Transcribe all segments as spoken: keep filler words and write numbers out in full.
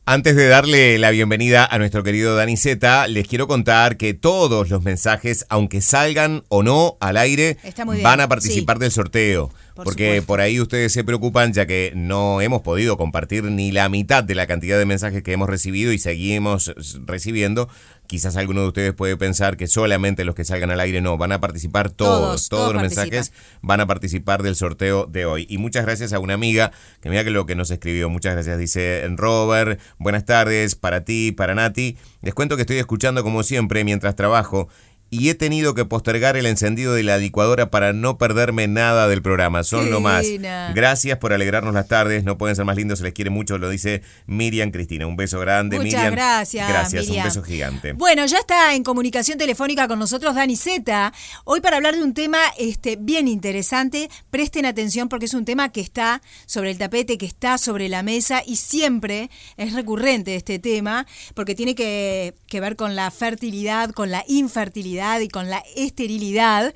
Antes de darle la bienvenida a nuestro querido Dani Zeta, les quiero contar que todos los mensajes, aunque salgan o no al aire, van a participar sí. del sorteo. Por porque supuesto. Por ahí ustedes se preocupan, ya que no hemos podido compartir ni la mitad de la cantidad de mensajes que hemos recibido y seguimos recibiendo. Quizás alguno de ustedes puede pensar que solamente los que salgan al aire no, van a participar todos, todos, todos los mensajes van a participar del sorteo de hoy. Y muchas gracias a una amiga, que mira que lo que nos escribió, muchas gracias, dice Robert, buenas tardes para ti, para Nati. Les cuento que estoy escuchando como siempre mientras trabajo y he tenido que postergar el encendido de la licuadora para no perderme nada del programa. Son Qué lo más. Linda. Gracias por alegrarnos las tardes. No pueden ser más lindos, se les quiere mucho, lo dice Miriam Cristina. Un beso grande, Muchas Miriam. gracias, Gracias, Miriam. Un beso gigante. Bueno, ya está en comunicación telefónica con nosotros Dani Zeta. Hoy para hablar de un tema este, bien interesante. Presten atención porque es un tema que está sobre el tapete, que está sobre la mesa y siempre es recurrente este tema porque tiene que, que ver con la fertilidad, con la infertilidad y con la esterilidad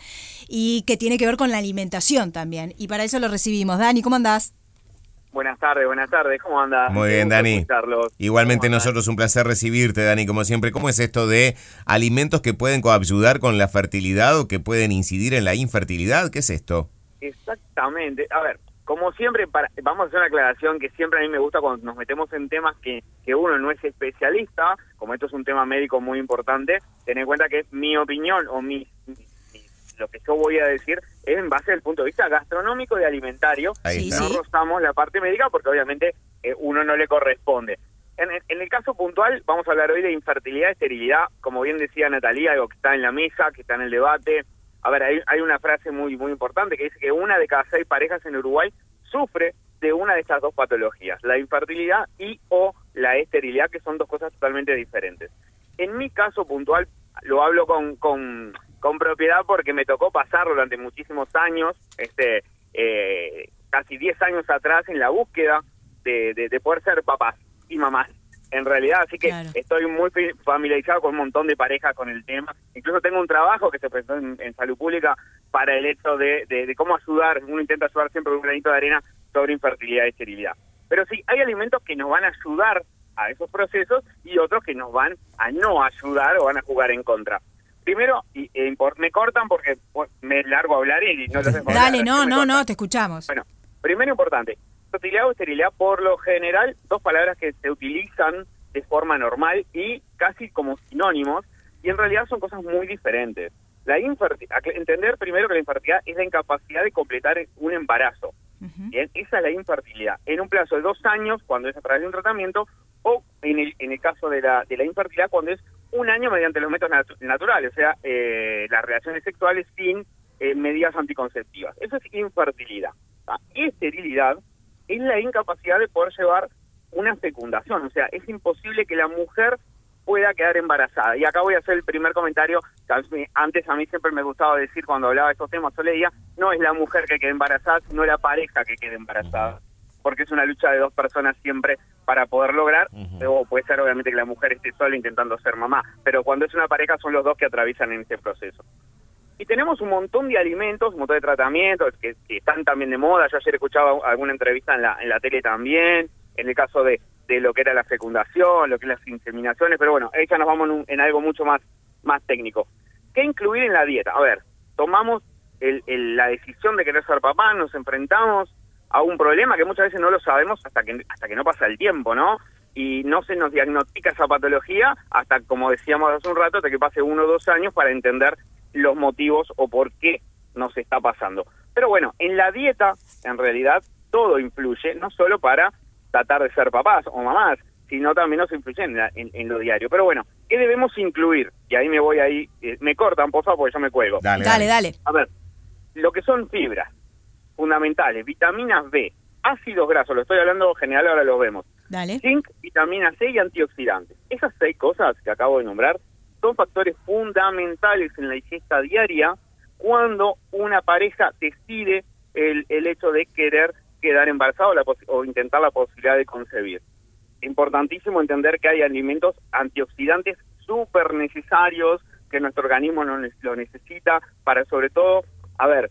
y que tiene que ver con la alimentación también. Y para eso lo recibimos. Dani, ¿cómo andás? Buenas tardes, buenas tardes. ¿Cómo andás? Muy bien, Dani. Igualmente nosotros un placer recibirte, Dani, como siempre. ¿Cómo es esto de alimentos que pueden coayudar con la fertilidad o que pueden incidir en la infertilidad? ¿Qué es esto? Exactamente. A ver, como siempre, para, vamos a hacer una aclaración que siempre a mí me gusta cuando nos metemos en temas que, que uno no es especialista, como esto es un tema médico muy importante, ten en cuenta que es mi opinión o mi, mi, mi lo que yo voy a decir es en base al punto de vista gastronómico y alimentario. Ahí no sí. rozamos la parte médica porque obviamente eh, uno no le corresponde. En el, en el caso puntual vamos a hablar hoy de infertilidad y esterilidad, como bien decía Natalia, algo que está en la mesa, que está en el debate. A ver, hay, hay una frase muy muy importante que dice que una de cada seis parejas en Uruguay sufre de una de estas dos patologías, la infertilidad y o la esterilidad, que son dos cosas totalmente diferentes. En mi caso puntual, lo hablo con, con, con propiedad porque me tocó pasarlo durante muchísimos años, este eh, casi diez años atrás, en la búsqueda de, de, de poder ser papás y mamás. En realidad, así que claro. estoy muy familiarizado con un montón de parejas con el tema. Incluso tengo un trabajo que se presentó en, en Salud Pública para el hecho de, de, de cómo ayudar. Uno intenta ayudar siempre con un granito de arena sobre infertilidad y esterilidad. Pero sí, hay alimentos que nos van a ayudar a esos procesos y otros que nos van a no ayudar o van a jugar en contra. Primero, y, e, me cortan porque pues, me largo a hablar y no los dejo. Dale, no, no, no, te escuchamos. Bueno, primero importante. Fertilidad o esterilidad, por lo general, dos palabras que se utilizan de forma normal y casi como sinónimos, y en realidad son cosas muy diferentes. La infertilidad, entender primero que la infertilidad es la incapacidad de completar un embarazo. Uh-huh. Bien, esa es la infertilidad. En un plazo de dos años, cuando es a través de un tratamiento, o en el, en el caso de la, de la infertilidad, cuando es un año mediante los métodos nat- naturales, o sea, eh, las relaciones sexuales sin eh, medidas anticonceptivas. Eso es infertilidad. ¿Ah? Y esterilidad es la incapacidad de poder llevar una fecundación, o sea, es imposible que la mujer pueda quedar embarazada. Y acá voy a hacer el primer comentario, que antes a mí siempre me gustaba decir cuando hablaba de estos temas, yo le decía, no es la mujer que quede embarazada, sino la pareja que quede embarazada, porque es una lucha de dos personas siempre para poder lograr, uh-huh. o puede ser obviamente que la mujer esté sola intentando ser mamá, pero cuando es una pareja son los dos que atraviesan en ese proceso. Y tenemos un montón de alimentos, un montón de tratamientos que, que están también de moda. Yo ayer escuchaba alguna entrevista en la en la tele también, en el caso de, de lo que era la fecundación, lo que es las inseminaciones, pero bueno, ahí ya nos vamos en, un, en algo mucho más, más técnico. ¿Qué incluir en la dieta? A ver, tomamos el, el, la decisión de querer ser papá, nos enfrentamos a un problema que muchas veces no lo sabemos hasta que hasta que no pasa el tiempo, ¿no? Y no se nos diagnostica esa patología hasta, como decíamos hace un rato, hasta que pase uno o dos años para entender los motivos o por qué nos está pasando. Pero bueno, en la dieta, en realidad, todo influye, no solo para tratar de ser papás o mamás, sino también nos influye en, la, en, en lo diario. Pero bueno, ¿qué debemos incluir? Y ahí me voy ahí, eh, me cortan, por favor, porque yo me cuelgo. Dale, dale, dale. A ver, lo que son fibras fundamentales, vitaminas B, ácidos grasos, lo estoy hablando en general, ahora lo vemos. Dale. Zinc, vitamina C y antioxidantes. Esas seis cosas que acabo de nombrar son factores fundamentales en la ingesta diaria cuando una pareja decide el, el hecho de querer quedar embarazada o, la pos- o intentar la posibilidad de concebir. Importantísimo entender que hay alimentos antioxidantes súper necesarios, que nuestro organismo no lo necesita para, sobre todo, a ver,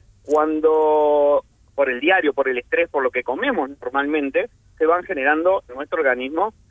cuando por el diario, por el estrés, por lo que comemos normalmente, se van generando en nuestro organismo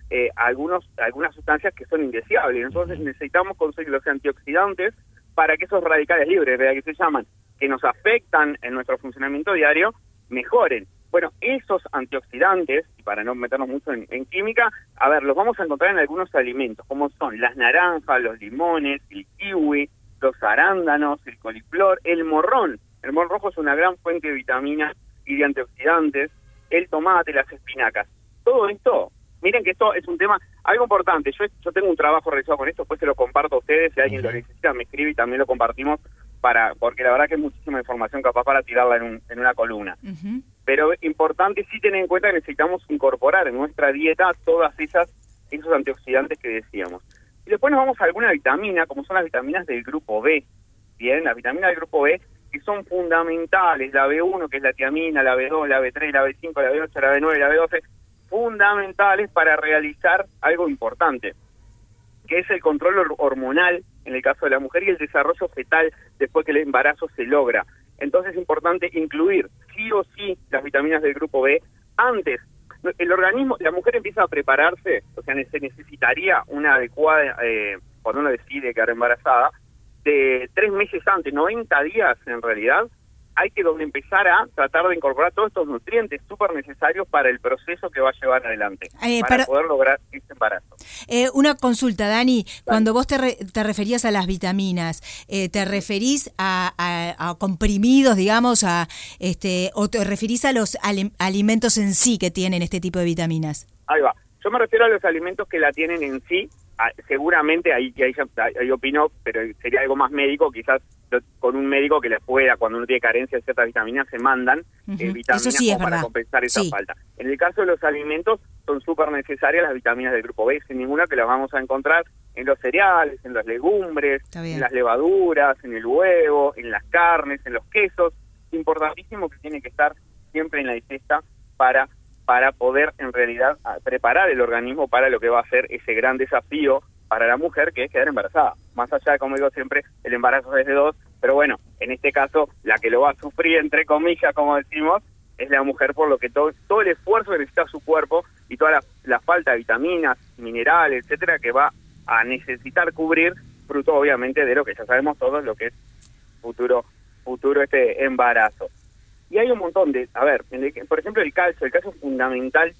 eh, algunos algunas sustancias que son indeseables. Entonces necesitamos conseguir los antioxidantes para que esos radicales libres, ¿verdad?, que se llaman, que nos afectan en nuestro funcionamiento diario, mejoren. Bueno, esos antioxidantes, y para no meternos mucho en, en química, a ver, los vamos a encontrar en algunos alimentos, como son las naranjas, los limones, el kiwi, los arándanos, el coliflor, el morrón. El morrón rojo es una gran fuente de vitaminas y de antioxidantes, el tomate, las espinacas. Todo esto, miren que esto es un tema, algo importante. Yo, yo tengo un trabajo realizado con esto, después se lo comparto a ustedes, si alguien lo necesita me escribe y también lo compartimos, para porque la verdad que es muchísima información capaz para tirarla en, un, en una columna. Uh-huh. Pero importante sí tener en cuenta que necesitamos incorporar en nuestra dieta todas esas esos antioxidantes que decíamos. Y después nos vamos a alguna vitamina, como son las vitaminas del grupo B. Bien, las vitaminas del grupo B, que son fundamentales, la B uno, que es la tiamina, la B dos, la B tres, la B cinco, la B ocho, la B nueve, la B doce, fundamentales para realizar algo importante, que es el control hormonal en el caso de la mujer y el desarrollo fetal después que el embarazo se logra. Entonces es importante incluir sí o sí las vitaminas del grupo B antes. El organismo, la mujer empieza a prepararse, o sea, se necesitaría una adecuada, eh, cuando uno decide quedar embarazada, de tres meses antes, noventa días en realidad, hay que donde empezar a tratar de incorporar todos estos nutrientes súper necesarios para el proceso que va a llevar adelante, eh, para, para poder lograr este embarazo. Eh, una consulta, Dani, vale. Cuando vos te, re, te referías a las vitaminas, eh, ¿te referís a, a, a comprimidos, digamos, a este, o te referís a los al, alimentos en sí que tienen este tipo de vitaminas? Ahí va. Yo me refiero a los alimentos que la tienen en sí. Seguramente ahí, ahí, ahí opino, pero sería algo más médico, quizás con un médico que les pueda, cuando uno tiene carencia de ciertas vitaminas, se mandan uh-huh. eh, vitaminas sí para verdad. compensar esa sí. falta. En el caso de los alimentos, son súper necesarias las vitaminas del grupo B, sin ninguna que las vamos a encontrar en los cereales, en las legumbres, en las levaduras, en el huevo, en las carnes, en los quesos. Importantísimo que tiene que estar siempre en la digesta para... para poder en realidad preparar el organismo para lo que va a ser ese gran desafío para la mujer, que es quedar embarazada. Más allá de, como digo siempre, el embarazo es de dos, pero bueno, en este caso, la que lo va a sufrir, entre comillas, como decimos, es la mujer, por lo que todo, todo el esfuerzo que necesita su cuerpo y toda la, la falta de vitaminas, minerales, etcétera, que va a necesitar cubrir, fruto obviamente de lo que ya sabemos todos, lo que es futuro, futuro este embarazo. Y hay un montón de, a ver, por ejemplo el calcio, el calcio es fundamental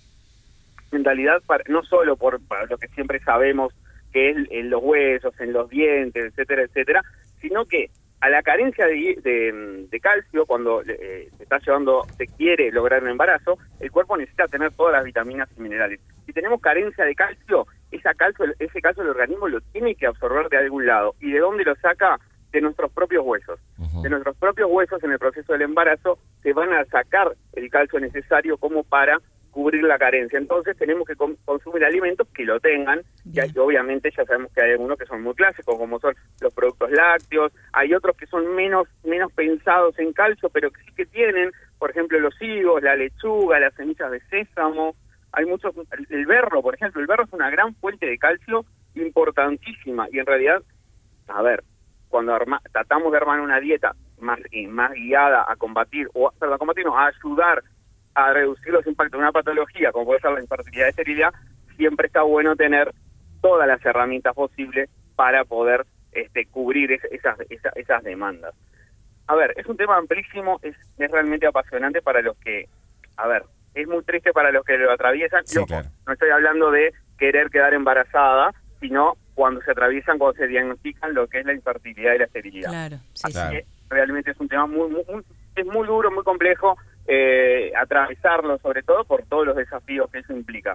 en realidad para, no solo por para lo que siempre sabemos que es en los huesos, en los dientes, etcétera, etcétera, sino que a la carencia de, de, de calcio, cuando eh, se está llevando, se quiere lograr un embarazo, el cuerpo necesita tener todas las vitaminas y minerales. Si tenemos carencia de calcio, esa calcio, ese calcio el organismo lo tiene que absorber de algún lado. ¿Y de dónde lo saca? De nuestros propios huesos. Uh-huh. De nuestros propios huesos en el proceso del embarazo se van a sacar el calcio necesario como para cubrir la carencia. Entonces tenemos que com- consumir alimentos que lo tengan, y hay, obviamente ya sabemos que hay algunos que son muy clásicos, como son los productos lácteos, hay otros que son menos menos pensados en calcio, pero que sí que tienen, por ejemplo los higos, la lechuga, las semillas de sésamo, hay muchos, el berro, por ejemplo, el berro es una gran fuente de calcio importantísima, y en realidad, a ver, cuando arma, tratamos de armar una dieta más más guiada a combatir, o perdón, a combatir, no, a ayudar a reducir los impactos de una patología, como puede ser la infertilidad y esterilidad, siempre está bueno tener todas las herramientas posibles para poder este, cubrir es, esas, esas esas demandas. A ver, es un tema amplísimo, es, es realmente apasionante para los que, a ver, es muy triste para los que lo atraviesan. Sí, Yo, claro. No estoy hablando de querer quedar embarazada, sino cuando se atraviesan, cuando se diagnostican lo que es la infertilidad y la esterilidad. Claro, sí, Así claro. que realmente es un tema muy, muy, muy es muy duro, muy complejo eh, atravesarlo, sobre todo por todos los desafíos que eso implica.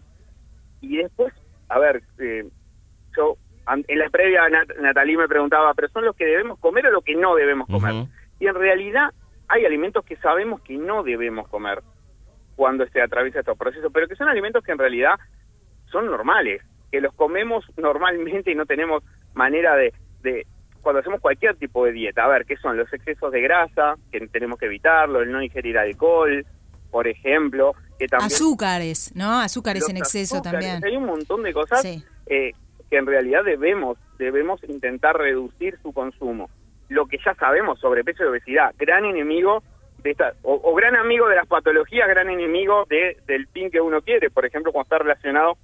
Y después, a ver, eh, yo en la previa Nat, Natalí me preguntaba, ¿pero son los que debemos comer o los que no debemos comer? Uh-huh. Y en realidad hay alimentos que sabemos que no debemos comer cuando se atraviesa estos procesos, pero que son alimentos que en realidad son normales, que los comemos normalmente y no tenemos manera de, de cuando hacemos cualquier tipo de dieta. A ver, ¿qué son? Los excesos de grasa, que tenemos que evitarlo, el no ingerir alcohol, por ejemplo. Que también, azúcares, ¿no? Azúcares en exceso azúcares, también. Hay un montón de cosas sí. eh, que en realidad debemos, debemos intentar reducir su consumo. Lo que ya sabemos, sobrepeso y obesidad, gran enemigo de esta, o, o gran amigo de las patologías, gran enemigo de del fin que uno quiere, por ejemplo, cuando está relacionado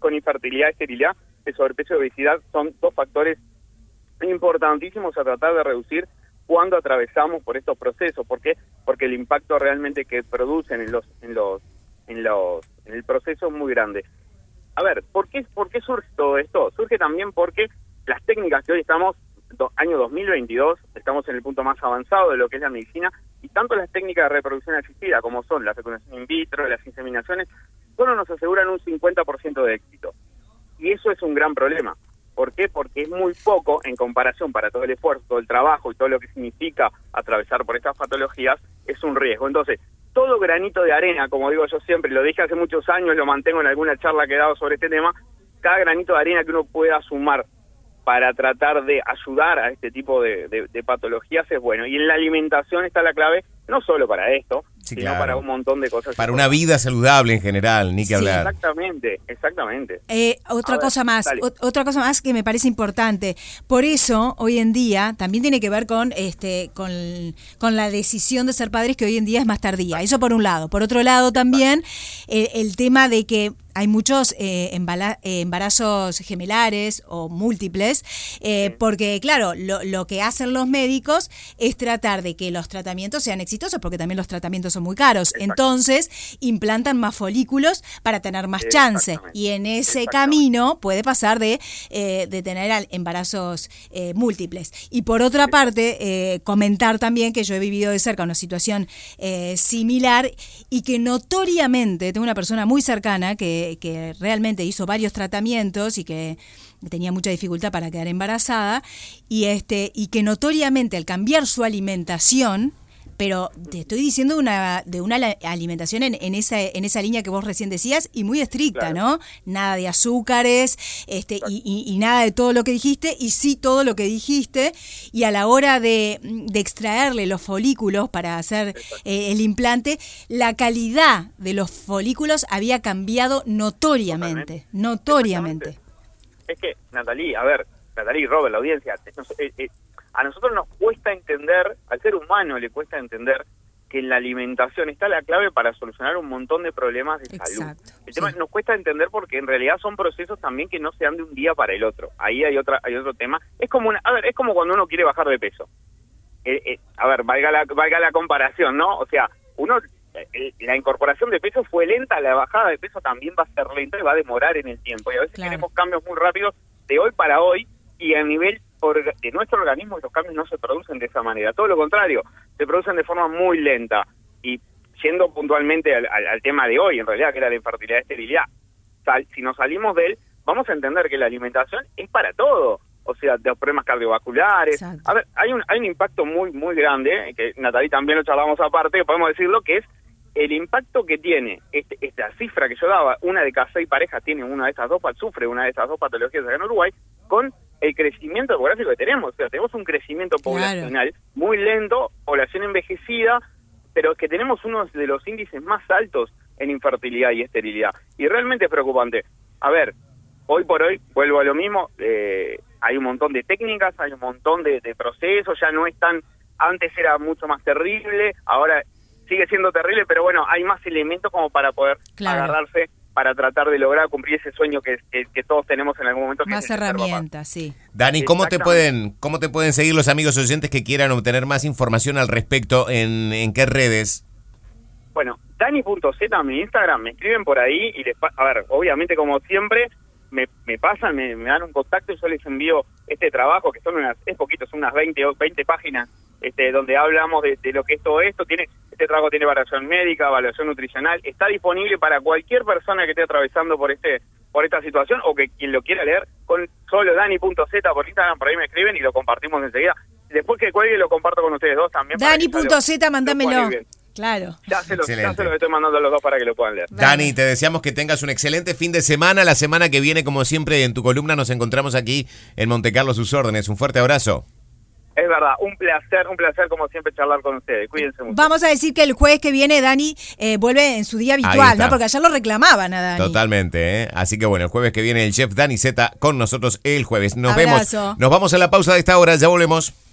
con infertilidad, esterilidad, el sobrepeso y obesidad son dos factores importantísimos a tratar de reducir cuando atravesamos por estos procesos. ¿Por qué? Porque el impacto realmente que producen en los en los en los en el proceso es muy grande. A ver, ¿por qué por qué surge todo esto? Surge también porque las técnicas que hoy estamos, do, año dos mil veintidós, estamos en el punto más avanzado de lo que es la medicina, y tanto las técnicas de reproducción asistida como son la fecundación in vitro, las inseminaciones, solo nos aseguran un cincuenta por ciento de éxito. Y eso es un gran problema. ¿Por qué? Porque es muy poco en comparación para todo el esfuerzo, todo el trabajo y todo lo que significa atravesar por estas patologías, es un riesgo. Entonces, todo granito de arena, como digo yo siempre, lo dije hace muchos años, lo mantengo en alguna charla que he dado sobre este tema, cada granito de arena que uno pueda sumar para tratar de ayudar a este tipo de, de, de patologías es bueno. Y en la alimentación está la clave, no solo para esto, sí, sino claro, para un montón de cosas. Para una vida saludable en general, ni que sí, hablar. Exactamente, exactamente. Eh, otra a cosa ver, más, o, otra cosa más que me parece importante. Por eso, hoy en día, también tiene que ver con este con, con la decisión de ser padres, que hoy en día es más tardía. Eso por un lado. Por otro lado también, eh, el tema de que hay muchos eh, embala, eh, embarazos gemelares o múltiples, eh, sí. porque claro, lo, lo que hacen los médicos es tratar de que los tratamientos sean exitosos, porque también los tratamientos son muy caros. Entonces, implantan más folículos para tener más chance. Y en ese camino puede pasar de, eh, de tener embarazos eh, múltiples. Y por otra parte, eh, comentar también que yo he vivido de cerca una situación eh, similar, y que notoriamente tengo una persona muy cercana que que realmente hizo varios tratamientos y que tenía mucha dificultad para quedar embarazada, y este y que notoriamente al cambiar su alimentación, pero te estoy diciendo una de una alimentación en, en esa en esa línea que vos recién decías, y muy estricta, claro. ¿no? Nada de azúcares, este y, y, y nada de todo lo que dijiste, y sí todo lo que dijiste, y a la hora de, de extraerle los folículos para hacer eh, el implante, la calidad de los folículos había cambiado notoriamente, notoriamente. Es que, Natalí, a ver, Natalí, Robert, la audiencia, eh, eh, a nosotros nos cuesta entender, al ser humano le cuesta entender que en la alimentación está la clave para solucionar un montón de problemas de Exacto, salud. El tema sí. nos cuesta entender porque en realidad son procesos también que no se dan de un día para el otro. Ahí hay otra, hay otro tema. Es como una, a ver, es como cuando uno quiere bajar de peso. Eh, eh, a ver, valga la, valga la comparación, ¿no? O sea, uno eh, la incorporación de peso fue lenta, la bajada de peso también va a ser lenta y va a demorar en el tiempo. Y a veces claro. tenemos cambios muy rápidos de hoy para hoy, y a nivel de nuestro organismo los cambios no se producen de esa manera, todo lo contrario, se producen de forma muy lenta. Y yendo puntualmente al, al, al tema de hoy, en realidad, que era la infertilidad y esterilidad, sal, si nos salimos de él, vamos a entender que la alimentación es para todo, o sea, de los problemas cardiovasculares. Exacto. A ver, hay un hay un impacto muy muy grande, que Natalí también lo charlamos aparte, podemos decirlo, que es el impacto que tiene este, esta cifra que yo daba, una de cada seis parejas tiene una de estas dos, sufre una de estas dos patologías acá en Uruguay, con el crecimiento demográfico que tenemos. O sea, tenemos un crecimiento poblacional claro. muy lento, población envejecida, pero que tenemos uno de los índices más altos en infertilidad y esterilidad. Y realmente es preocupante. A ver, hoy por hoy, vuelvo a lo mismo, eh, hay un montón de técnicas, hay un montón de, de procesos, ya no es tan... Antes era mucho más terrible, ahora sigue siendo terrible, pero bueno, hay más elementos como para poder claro. agarrarse para tratar de lograr cumplir ese sueño que, que, que todos tenemos en algún momento. Más herramientas, sí. Dani, ¿cómo te pueden cómo te pueden seguir los amigos oyentes que quieran obtener más información al respecto? ¿En, en qué redes? Bueno, Dani punto zeta en mi Instagram, me escriben por ahí y les... A ver, obviamente como siempre, me, me pasan, me, me dan un contacto y yo les envío este trabajo, que son unas, es poquito, son unas veinte, veinte páginas, este, donde hablamos de, de lo que es todo esto. Tiene Este trabajo tiene evaluación médica, evaluación nutricional, está disponible para cualquier persona que esté atravesando por este por esta situación, o que quien lo quiera leer, con solo Dani punto zeta por Instagram, por ahí me escriben y lo compartimos enseguida. Después que cuelgue lo comparto con ustedes dos también. Dani punto zeta, mandámelo. Claro. Ya se, lo, ya se los estoy mandando a los dos para que lo puedan leer. Dani, te deseamos que tengas un excelente fin de semana. La semana que viene, como siempre, en tu columna nos encontramos aquí en Montecarlo a sus órdenes. Un fuerte abrazo. Es verdad, un placer, un placer como siempre charlar con ustedes. Cuídense mucho. Vamos a decir que el jueves que viene Dani eh, vuelve en su día habitual, ¿no? Porque ayer lo reclamaban a Dani. Totalmente, ¿eh? Así que bueno, el jueves que viene el chef Dani Zeta con nosotros el jueves. Nos Abrazo. vemos. Nos vamos a la pausa de esta hora, ya volvemos.